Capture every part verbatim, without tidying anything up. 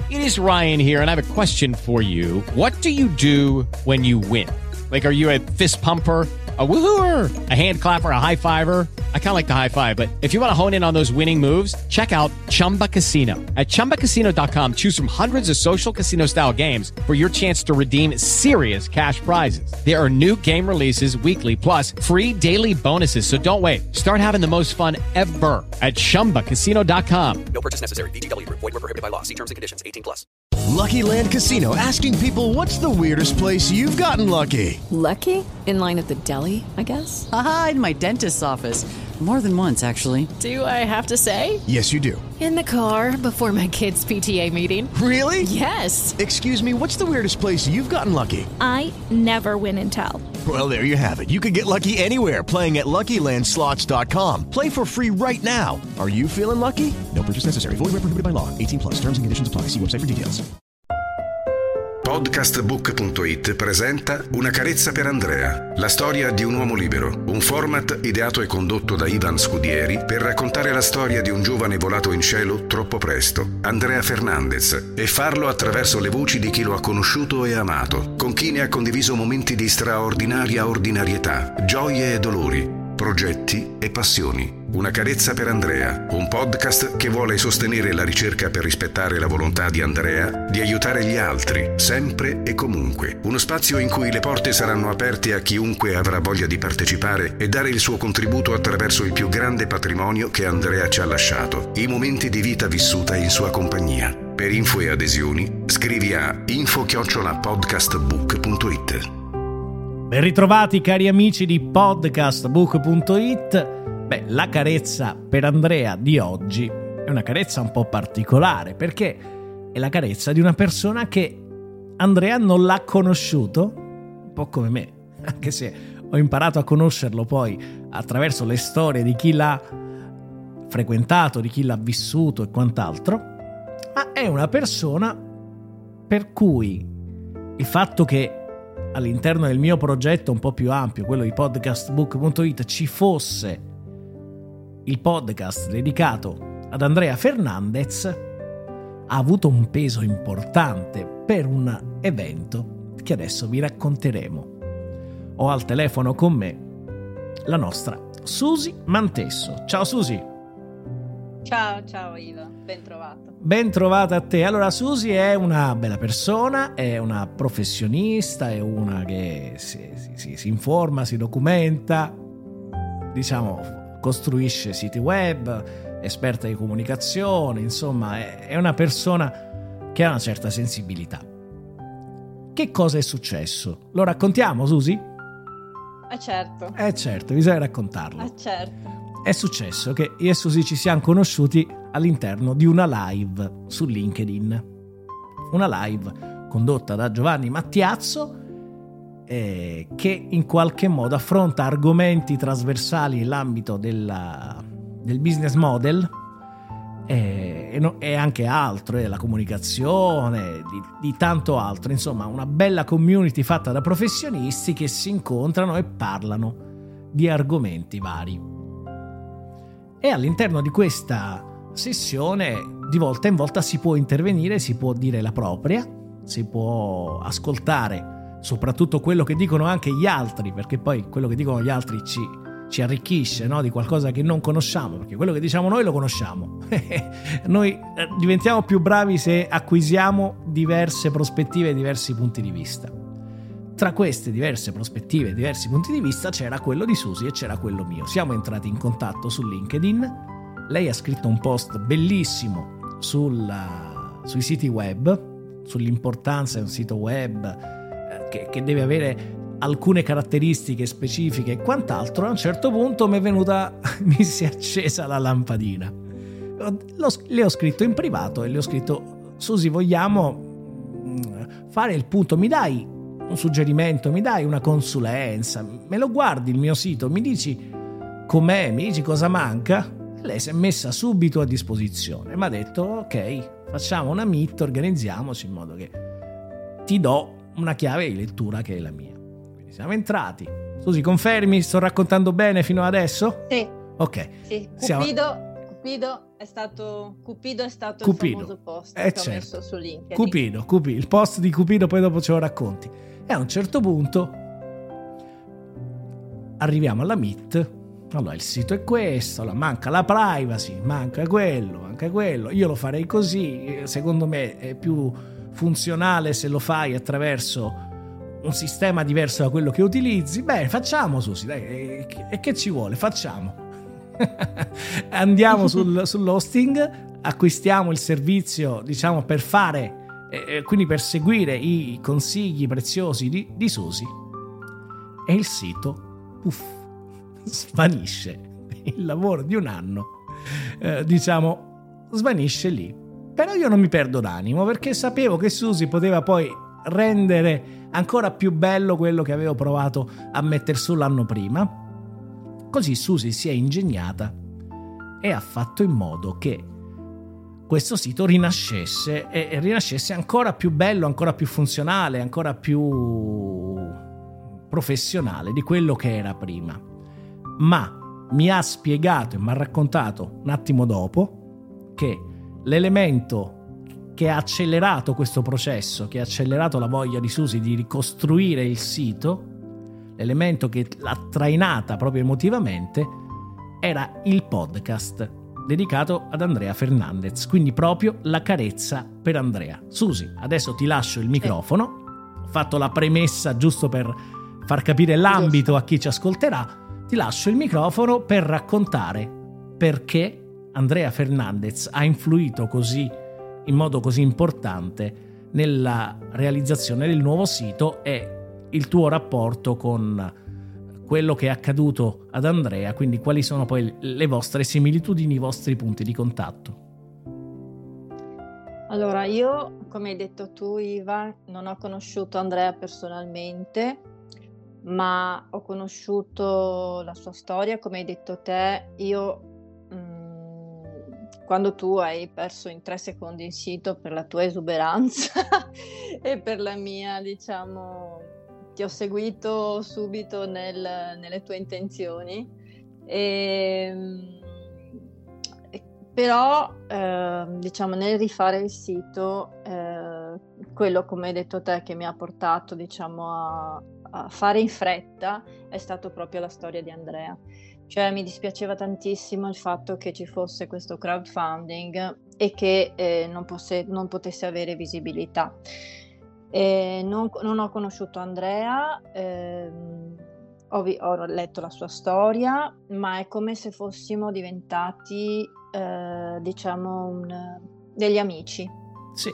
It is Ryan here, and I have a question for you. What do you do when you win? Like, are you a fist pumper, a woohooer, a hand clapper, a high fiver? I kind of like the high five, but if you want to hone in on those winning moves, check out Chumba Casino. At chumba casino dot com, choose from hundreds of social casino style games for your chance to redeem serious cash prizes. There are new game releases weekly, plus free daily bonuses. So don't wait. Start having the most fun ever at chumba casino dot com. No purchase necessary. V G W Group. Void where prohibited by law. See terms and conditions. eighteen plus. Lucky Land Casino, asking people, what's the weirdest place you've gotten lucky? Lucky? In line at the deli, I guess? Aha, in my dentist's office. More than once, actually. Do I have to say? Yes, you do. In the car before my kids' P T A meeting. Really? Yes. Excuse me, what's the weirdest place you've gotten lucky? I never win and tell. Well, there you have it. You can get lucky anywhere, playing at Lucky Land Slots dot com. Play for free right now. Are you feeling lucky? No purchase necessary. Void where prohibited by law. eighteen plus. Terms and conditions apply. See website for details. Podcastbook punto it presenta Una carezza per Andrea, la storia di un uomo libero, un format ideato e condotto da Ivan Scudieri per raccontare la storia di un giovane volato in cielo troppo presto, Andrea Fernandez, e farlo attraverso le voci di chi lo ha conosciuto e amato, con chi ne ha condiviso momenti di straordinaria ordinarietà, gioie e dolori, progetti e passioni. Una carezza per Andrea, un podcast che vuole sostenere la ricerca per rispettare la volontà di Andrea di aiutare gli altri, sempre e comunque. Uno spazio in cui le porte saranno aperte a chiunque avrà voglia di partecipare e dare il suo contributo attraverso il più grande patrimonio che Andrea ci ha lasciato, i momenti di vita vissuta in sua compagnia. Per info e adesioni scrivi a info chiocciola podcastbook punto it. Ben ritrovati cari amici di podcastbook punto it. Beh, la carezza per Andrea di oggi è una carezza un po' particolare, perché è la carezza di una persona che Andrea non l'ha conosciuto, un po' come me, anche se ho imparato a conoscerlo poi attraverso le storie di chi l'ha frequentato, di chi l'ha vissuto e quant'altro, ma è una persona per cui il fatto che all'interno del mio progetto un po' più ampio, quello di podcastbook punto it, ci fosse il podcast dedicato ad Andrea Fernandez ha avuto un peso importante per un evento che adesso vi racconteremo. Ho al telefono con me la nostra Susi Mantesso. Ciao Susi. Ciao, ciao Ivo, ben trovato. Ben trovata a te. Allora, Susi è una bella persona, è una professionista, è una che si, si, si informa, si documenta, diciamo, costruisce siti web, esperta di comunicazione, insomma, è, è una persona che ha una certa sensibilità. Che cosa è successo? Lo raccontiamo, Susi? Eh certo. Eh certo, bisogna raccontarlo. Eh certo. È successo che io e Susi ci siamo conosciuti all'interno di una live su LinkedIn. Una live condotta da Giovanni Mattiazzo eh, che in qualche modo affronta argomenti trasversali nell'ambito della, del business model eh, e, no, e anche altro, eh, la comunicazione, di, di tanto altro. Insomma, una bella community fatta da professionisti che si incontrano e parlano di argomenti vari. E all'interno di questa sessione di volta in volta si può intervenire, si può dire la propria, si può ascoltare soprattutto quello che dicono anche gli altri, perché poi quello che dicono gli altri ci, ci arricchisce, no? Di qualcosa che non conosciamo, perché quello che diciamo noi lo conosciamo. Noi diventiamo più bravi se acquisiamo diverse prospettive e diversi punti di vista. Tra queste diverse prospettive e diversi punti di vista c'era quello di Susi e c'era quello mio. Siamo entrati in contatto su LinkedIn. Lei ha scritto un post bellissimo sulla, sui siti web, sull'importanza di un sito web eh, che, che deve avere alcune caratteristiche specifiche e quant'altro. A un certo punto mi è venuta, mi si è accesa la lampadina. Lo, le ho scritto in privato e le ho scritto: Susi, vogliamo fare il punto? Mi dai un suggerimento, mi dai una consulenza, me lo guardi il mio sito, mi dici com'è, mi dici cosa manca? Lei si è messa subito a disposizione, mi ha detto ok, facciamo una meet, organizziamoci in modo che ti do una chiave di lettura che è la mia. Quindi siamo entrati. Susi, confermi? Sto raccontando bene fino adesso? Sì. Ok. Sì, Siamo... Cupido, Cupido è stato Cupido è stato Cupido. il famoso post Eh, che certo. ho messo su LinkedIn. Cupido, Cupido, il post di Cupido, poi dopo ce lo racconti. E a un certo punto arriviamo alla Meet. Allora il sito è questo, la manca la privacy, manca quello, manca quello. Io lo farei così, secondo me è più funzionale se lo fai attraverso un sistema diverso da quello che utilizzi. Beh, facciamo Susi, dai, e, e che ci vuole? Facciamo. Andiamo sul, sull'hosting, acquistiamo il servizio, diciamo, per fare, eh, quindi per seguire i consigli preziosi di, di Susi, e il sito, puff, svanisce. Il lavoro di un anno, eh, diciamo, svanisce lì. Però io non mi perdo d'animo, perché sapevo che Susi poteva poi rendere ancora più bello quello che avevo provato a mettere su l'anno prima. Così Susi si è ingegnata e ha fatto in modo che questo sito rinascesse, e rinascesse ancora più bello, ancora più funzionale, ancora più professionale di quello che era prima. Ma mi ha spiegato e mi ha raccontato un attimo dopo che l'elemento che ha accelerato questo processo, che ha accelerato la voglia di Susi di ricostruire il sito, l'elemento che l'ha trainata proprio emotivamente, era il podcast dedicato ad Andrea Fernandez, quindi proprio la carezza per Andrea. Susi, adesso ti lascio il microfono, ho fatto la premessa giusto per far capire l'ambito a chi ci ascolterà, ti lascio il microfono per raccontare perché Andrea Fernandez ha influito così, in modo così importante, nella realizzazione del nuovo sito e il tuo rapporto con quello che è accaduto ad Andrea, quindi quali sono poi le vostre similitudini, i vostri punti di contatto. Allora, io, come hai detto tu, Iva, non ho conosciuto Andrea personalmente, ma ho conosciuto la sua storia, come hai detto te. Io mh, quando tu hai perso in tre secondi il sito per la tua esuberanza e per la mia, diciamo, ti ho seguito subito nel, nelle tue intenzioni, e, però eh, diciamo nel rifare il sito, eh, quello, come hai detto te, che mi ha portato, diciamo, a, a fare in fretta è stato proprio la storia di Andrea. Cioè mi dispiaceva tantissimo il fatto che ci fosse questo crowdfunding e che eh, non, posse, non potesse avere visibilità. Eh, non, non ho conosciuto Andrea, ehm, ho, vi, ho letto la sua storia, ma è come se fossimo diventati, eh, diciamo, un, degli amici. Sì.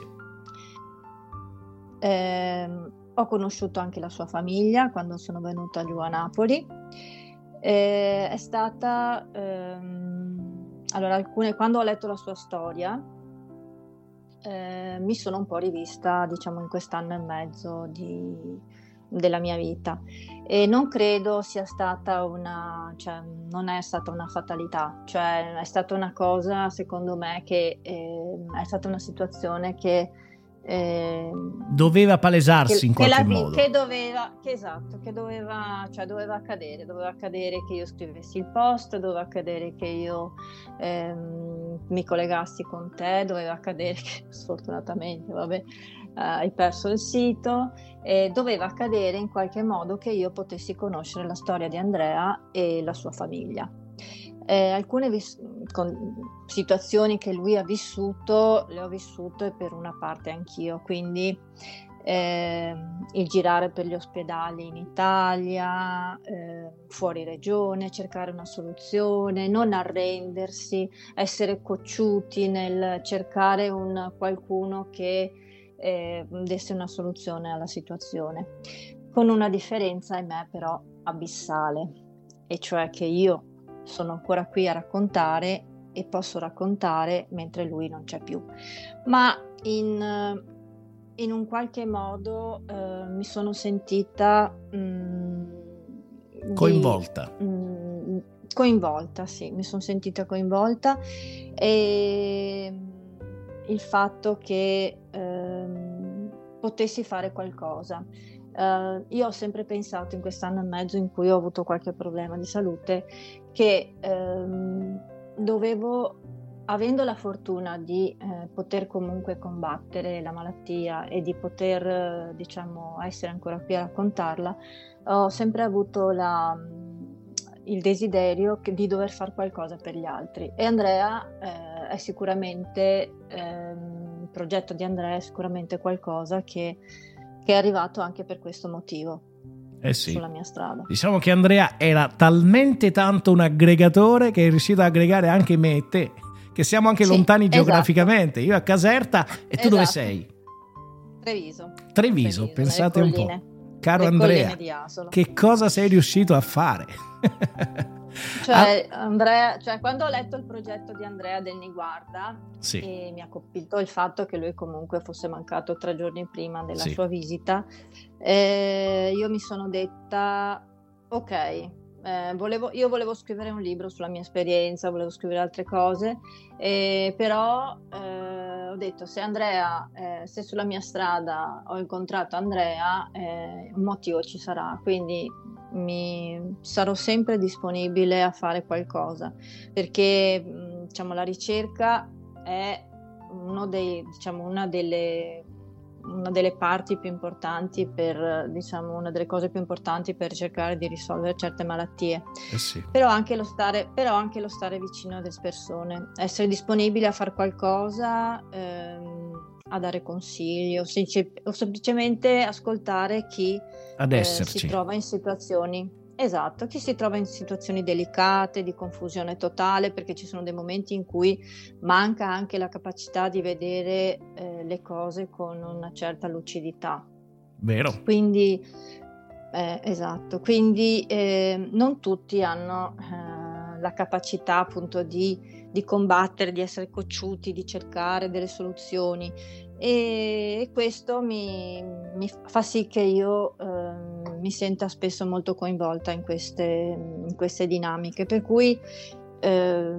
Eh, ho conosciuto anche la sua famiglia quando sono venuta giù a Napoli. Eh, è stata, ehm, allora, alcune, quando ho letto la sua storia, Eh, mi sono un po' rivista, diciamo, in quest'anno e mezzo di, della mia vita, e non credo sia stata una, cioè non è stata una fatalità, cioè è stata una cosa, secondo me, che eh, è stata una situazione che eh, doveva palesarsi che, in qualche che modo, che doveva, che esatto, che doveva, cioè doveva accadere, doveva accadere che io scrivessi il post, doveva accadere che io ehm, mi collegassi con te, doveva accadere che sfortunatamente, vabbè, eh, hai perso il sito, e doveva accadere in qualche modo che io potessi conoscere la storia di Andrea e la sua famiglia. Eh, alcune vis- con situazioni che lui ha vissuto le ho vissute per una parte anch'io, quindi eh, il girare per gli ospedali in Italia, eh, fuori regione, cercare una soluzione, non arrendersi, essere cocciuti nel cercare un qualcuno che eh, desse una soluzione alla situazione, con una differenza, ahimè, però abissale, e cioè che io sono ancora qui a raccontare e posso raccontare mentre lui non c'è più, ma in, in un qualche modo eh, mi sono sentita mh, coinvolta di, mh, coinvolta, sì, mi sono sentita coinvolta, e il fatto che eh, potessi fare qualcosa. Uh, io ho sempre pensato, in quest'anno e mezzo in cui ho avuto qualche problema di salute, che um, dovevo avendo la fortuna di eh, poter comunque combattere la malattia e di poter, eh, diciamo, essere ancora qui a raccontarla, ho sempre avuto la, il desiderio che, di dover fare qualcosa per gli altri. E Andrea eh, è sicuramente, eh, il progetto di Andrea è sicuramente qualcosa che, che è arrivato anche per questo motivo. Eh sì. Sulla mia strada. Diciamo che Andrea era talmente tanto un aggregatore che è riuscito ad aggregare anche me e te, che siamo anche sì, lontani esatto. geograficamente. Io a Caserta e tu esatto. dove sei? Treviso. Treviso, Treviso, pensate un po'. Caro le Andrea, di Asolo. che cosa sei riuscito a fare? Cioè, Andrea, cioè, quando ho letto il progetto di Andrea del Niguarda, sì. e mi ha colpito il fatto che lui comunque fosse mancato tre giorni prima della sì. sua visita, eh, io mi sono detta, ok, eh, volevo, io volevo scrivere un libro sulla mia esperienza, volevo scrivere altre cose, eh, però eh, ho detto, se Andrea, eh, se sulla mia strada ho incontrato Andrea, eh, un motivo ci sarà, quindi mi sarò sempre disponibile a fare qualcosa, perché diciamo la ricerca è uno dei, diciamo, una delle una delle parti più importanti per, diciamo, una delle cose più importanti per cercare di risolvere certe malattie. Eh sì. Però anche lo stare, però anche lo stare vicino alle persone, essere disponibile a fare qualcosa, ehm, a dare consigli o, semplice, o semplicemente ascoltare chi ad eh, esserci. si trova in situazioni esatto, chi si trova in situazioni delicate, di confusione totale, perché ci sono dei momenti in cui manca anche la capacità di vedere eh, le cose con una certa lucidità. Vero. Quindi eh, esatto, quindi eh, non tutti hanno eh, la capacità appunto di, di combattere, di essere cocciuti, di cercare delle soluzioni, e questo mi, mi fa sì che io eh, mi senta spesso molto coinvolta in queste, in queste dinamiche, per cui eh,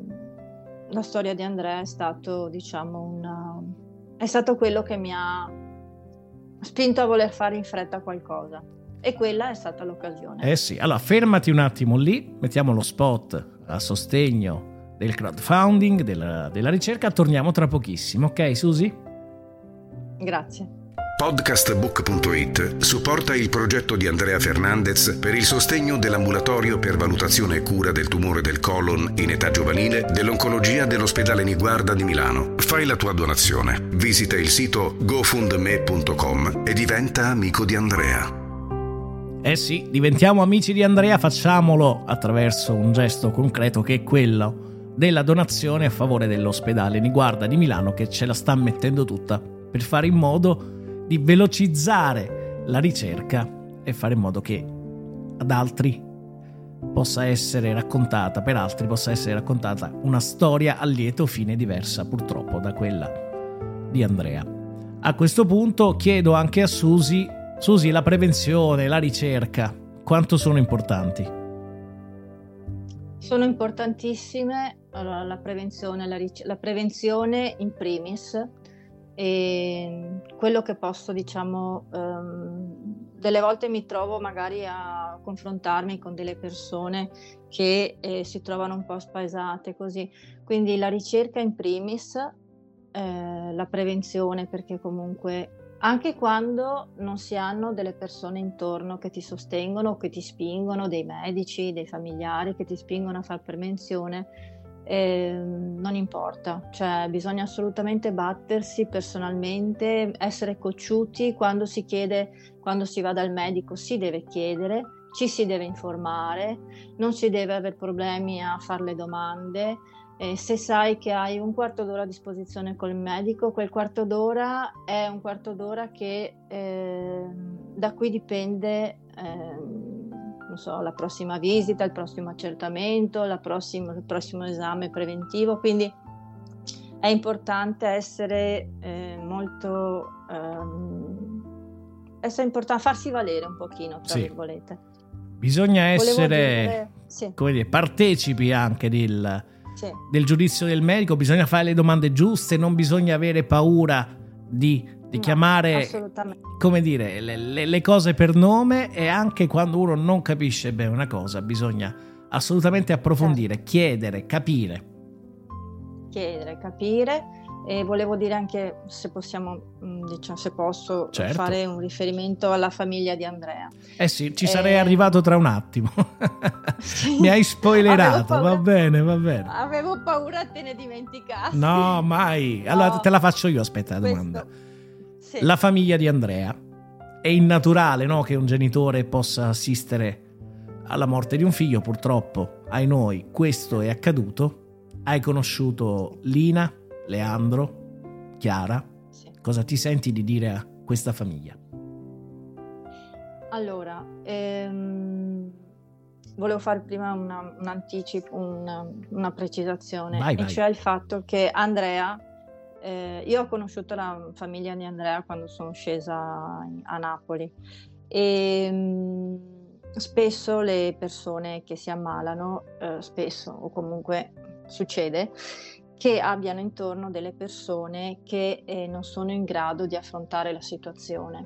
la storia di Andrea è stato, diciamo, una, è stato quello che mi ha spinto a voler fare in fretta qualcosa, e quella è stata l'occasione. Eh sì, allora fermati un attimo lì, mettiamo lo spot a sostegno del crowdfunding, della, della ricerca, torniamo tra pochissimo, ok Susi? Grazie. Podcastbook punto it supporta il progetto di Andrea Fernandez per il sostegno dell'ambulatorio per valutazione e cura del tumore del colon in età giovanile dell'oncologia dell'ospedale Niguarda di Milano. Fai la tua donazione. Visita il sito gofundme punto com e diventa amico di Andrea. Eh sì, diventiamo amici di Andrea, facciamolo attraverso un gesto concreto che è quello della donazione a favore dell'ospedale Niguarda di Milano, che ce la sta mettendo tutta per fare in modo di velocizzare la ricerca e fare in modo che ad altri possa essere raccontata, per altri possa essere raccontata una storia a lieto fine diversa purtroppo da quella di Andrea. A questo punto chiedo anche a Susi, Susi, la prevenzione, la ricerca, quanto sono importanti? Sono importantissime. Allora, la prevenzione, la, ric- la prevenzione in primis. E quello che posso, diciamo, um, delle volte mi trovo magari a confrontarmi con delle persone che eh, si trovano un po' spaesate così, quindi la ricerca in primis, eh, la prevenzione, perché comunque anche quando non si hanno delle persone intorno che ti sostengono, che ti spingono, dei medici, dei familiari che ti spingono a fare prevenzione, Eh, non importa, cioè bisogna assolutamente battersi personalmente, essere cocciuti. Quando si chiede, quando si va dal medico si deve chiedere, ci si deve informare, non si deve avere problemi a fare le domande. Eh, se sai che hai un quarto d'ora a disposizione col medico, quel quarto d'ora è un quarto d'ora che eh, da cui dipende eh, non so, la prossima visita, il prossimo accertamento, la prossima, il prossimo esame preventivo, quindi è importante essere eh, molto ehm, essere importante, farsi valere un pochino, tra sì. virgolette. Bisogna essere aggiungere, sì. come dire, partecipi anche del, sì. del giudizio del medico, bisogna fare le domande giuste, non bisogna avere paura di di no, chiamare, come dire, le, le, le cose per nome, e anche quando uno non capisce bene una cosa bisogna assolutamente approfondire, certo. chiedere, capire. chiedere, capire. E volevo dire anche, se possiamo, diciamo, se posso certo. fare un riferimento alla famiglia di Andrea. Eh sì, ci Eh, sarei arrivato tra un attimo. sì. Mi hai spoilerato, paura- va bene, va bene. Avevo paura te ne dimenticassi. No, mai. No. Allora te la faccio io, aspetta la Questo- domanda. Sì. La famiglia di Andrea, è innaturale, no, che un genitore possa assistere alla morte di un figlio, purtroppo, ai noi, questo è accaduto. Hai conosciuto Lina, Leandro, Chiara, Sì. cosa ti senti di dire a questa famiglia? Allora, ehm, volevo fare prima una, un anticipo, una, una precisazione, Vai, e vai. cioè il fatto che Andrea, eh, io ho conosciuto la famiglia di Andrea quando sono scesa a Napoli e mm, spesso le persone che si ammalano, eh, spesso o comunque succede, che abbiano intorno delle persone che eh, non sono in grado di affrontare la situazione.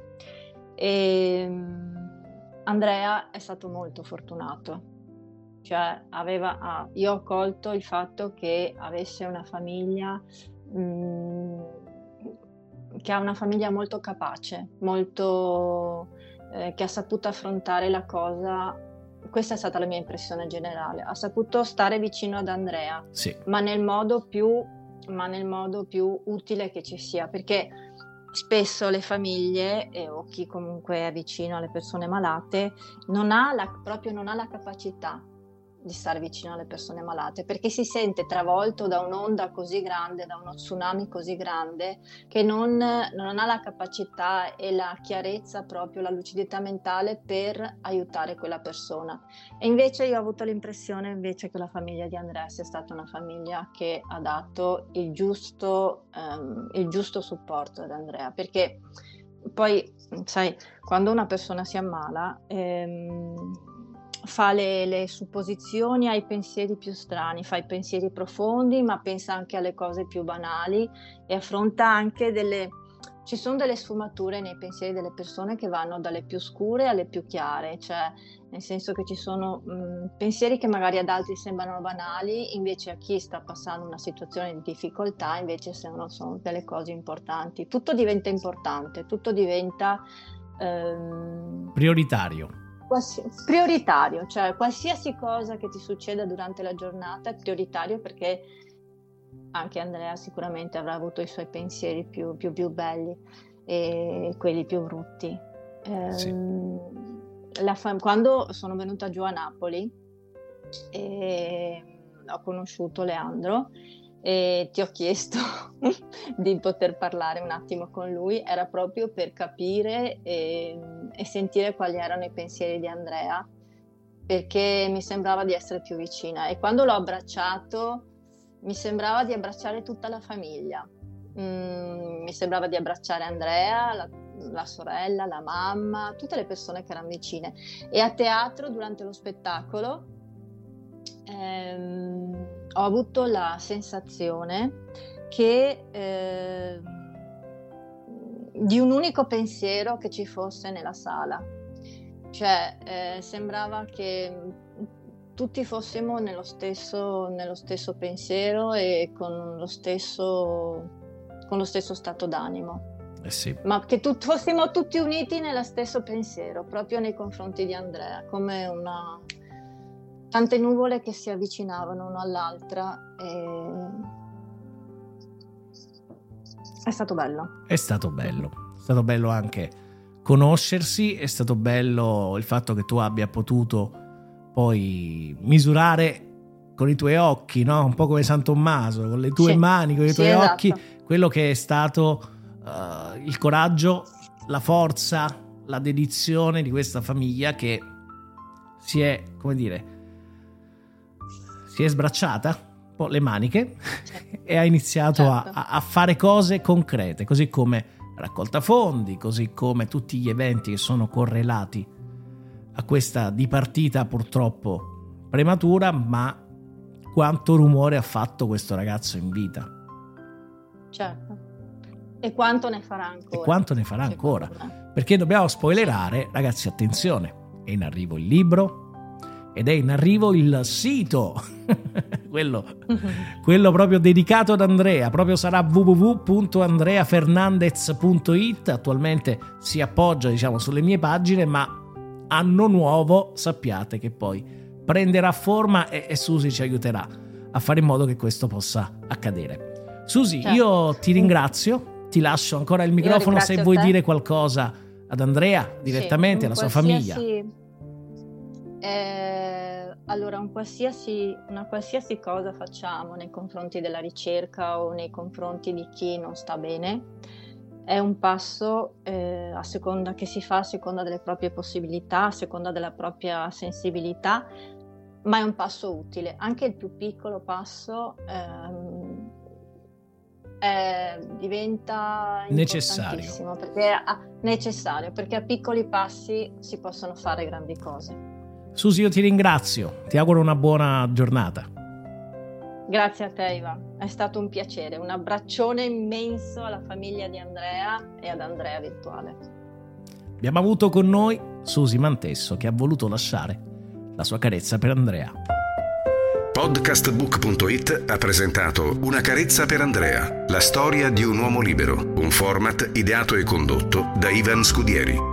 E um, Andrea è stato molto fortunato, cioè aveva, ah, io ho colto il fatto che avesse una famiglia, um, che ha una famiglia molto capace, molto eh, che ha saputo affrontare la cosa. Questa è stata la mia impressione generale. Ha saputo stare vicino ad Andrea, Sì. ma nel modo più, ma nel modo più utile che ci sia, perché spesso le famiglie eh, o chi comunque è vicino alle persone malate non ha la, proprio non ha la capacità di stare vicino alle persone malate, perché si sente travolto da un'onda così grande, da uno tsunami così grande, che non, non ha la capacità e la chiarezza, proprio la lucidità mentale per aiutare quella persona. E invece io ho avuto l'impressione invece che la famiglia di Andrea sia stata una famiglia che ha dato il giusto, um, il giusto supporto ad Andrea, perché poi, sai, quando una persona si ammala, ehm, fa le, le supposizioni, ha i pensieri più strani, fa i pensieri profondi, ma pensa anche alle cose più banali e affronta anche delle... Ci sono delle sfumature nei pensieri delle persone che vanno dalle più scure alle più chiare, cioè nel senso che ci sono mh, pensieri che magari ad altri sembrano banali, invece a chi sta passando una situazione di difficoltà invece sono, sono delle cose importanti. Tutto diventa importante, tutto diventa... Ehm... prioritario. Qualsi- prioritario, cioè qualsiasi cosa che ti succeda durante la giornata è prioritario, perché anche Andrea sicuramente avrà avuto i suoi pensieri più, più, più belli e quelli più brutti. Ehm, Sì. la fam- quando sono venuta giù a Napoli e ho conosciuto Leandro e ti ho chiesto di poter parlare un attimo con lui, era proprio per capire e, e sentire quali erano i pensieri di Andrea, perché mi sembrava di essere più vicina, e quando l'ho abbracciato mi sembrava di abbracciare tutta la famiglia. Mm, mi sembrava di abbracciare Andrea, la, la sorella, la mamma, tutte le persone che erano vicine. E a teatro, durante lo spettacolo, ehm, ho avuto la sensazione che eh, di un unico pensiero che ci fosse nella sala, cioè eh, sembrava che tutti fossimo nello stesso, nello stesso pensiero e con lo stesso, con lo stesso stato d'animo. Eh sì. Ma che tu, fossimo tutti uniti nello stesso pensiero, proprio nei confronti di Andrea, come una tante nuvole che si avvicinavano una all'altra. E... è stato bello. È stato bello. È stato bello anche conoscersi, è stato bello il fatto che tu abbia potuto poi misurare con i tuoi occhi, no? Un po' come San Tommaso, con le tue Sì. mani, con i Sì, tuoi esatto. occhi, quello che è stato uh, il coraggio, la forza, la dedizione di questa famiglia che si è, come dire, si è sbracciata un po' le maniche e ha iniziato Certo. a, a fare cose concrete, così come raccolta fondi, così come tutti gli eventi che sono correlati a questa dipartita purtroppo prematura, ma quanto rumore ha fatto questo ragazzo in vita. Certo. E quanto ne farà ancora. E quanto ne farà secondo ancora. me. Perché dobbiamo spoilerare, ragazzi, attenzione, è in arrivo il libro, ed è in arrivo il sito, quello, quello proprio dedicato ad Andrea, proprio sarà w w w punto andrea fernandez punto i t. Attualmente si appoggia, diciamo, sulle mie pagine, ma anno nuovo sappiate che poi prenderà forma e, e Susi ci aiuterà a fare in modo che questo possa accadere. Susi, certo. Io ti ringrazio, ti lascio ancora il microfono se vuoi dire qualcosa ad Andrea direttamente, sì, alla sua famiglia. Eh, allora, un qualsiasi, una qualsiasi cosa facciamo nei confronti della ricerca o nei confronti di chi non sta bene è un passo eh, a seconda che si fa, a seconda delle proprie possibilità, a seconda della propria sensibilità, ma è un passo utile. Anche il più piccolo passo ehm, è, diventa necessario perché, ah, necessario perché a piccoli passi si possono fare grandi cose. Susi, io ti ringrazio, ti auguro una buona giornata. Grazie a te, Iva, è stato un piacere, un abbraccione immenso alla famiglia di Andrea e ad Andrea Virtuale. Abbiamo avuto con noi Susi Mantesso, che ha voluto lasciare la sua carezza per Andrea. Podcastbook punto it ha presentato Una carezza per Andrea, la storia di un uomo libero, un format ideato e condotto da Ivan Scudieri.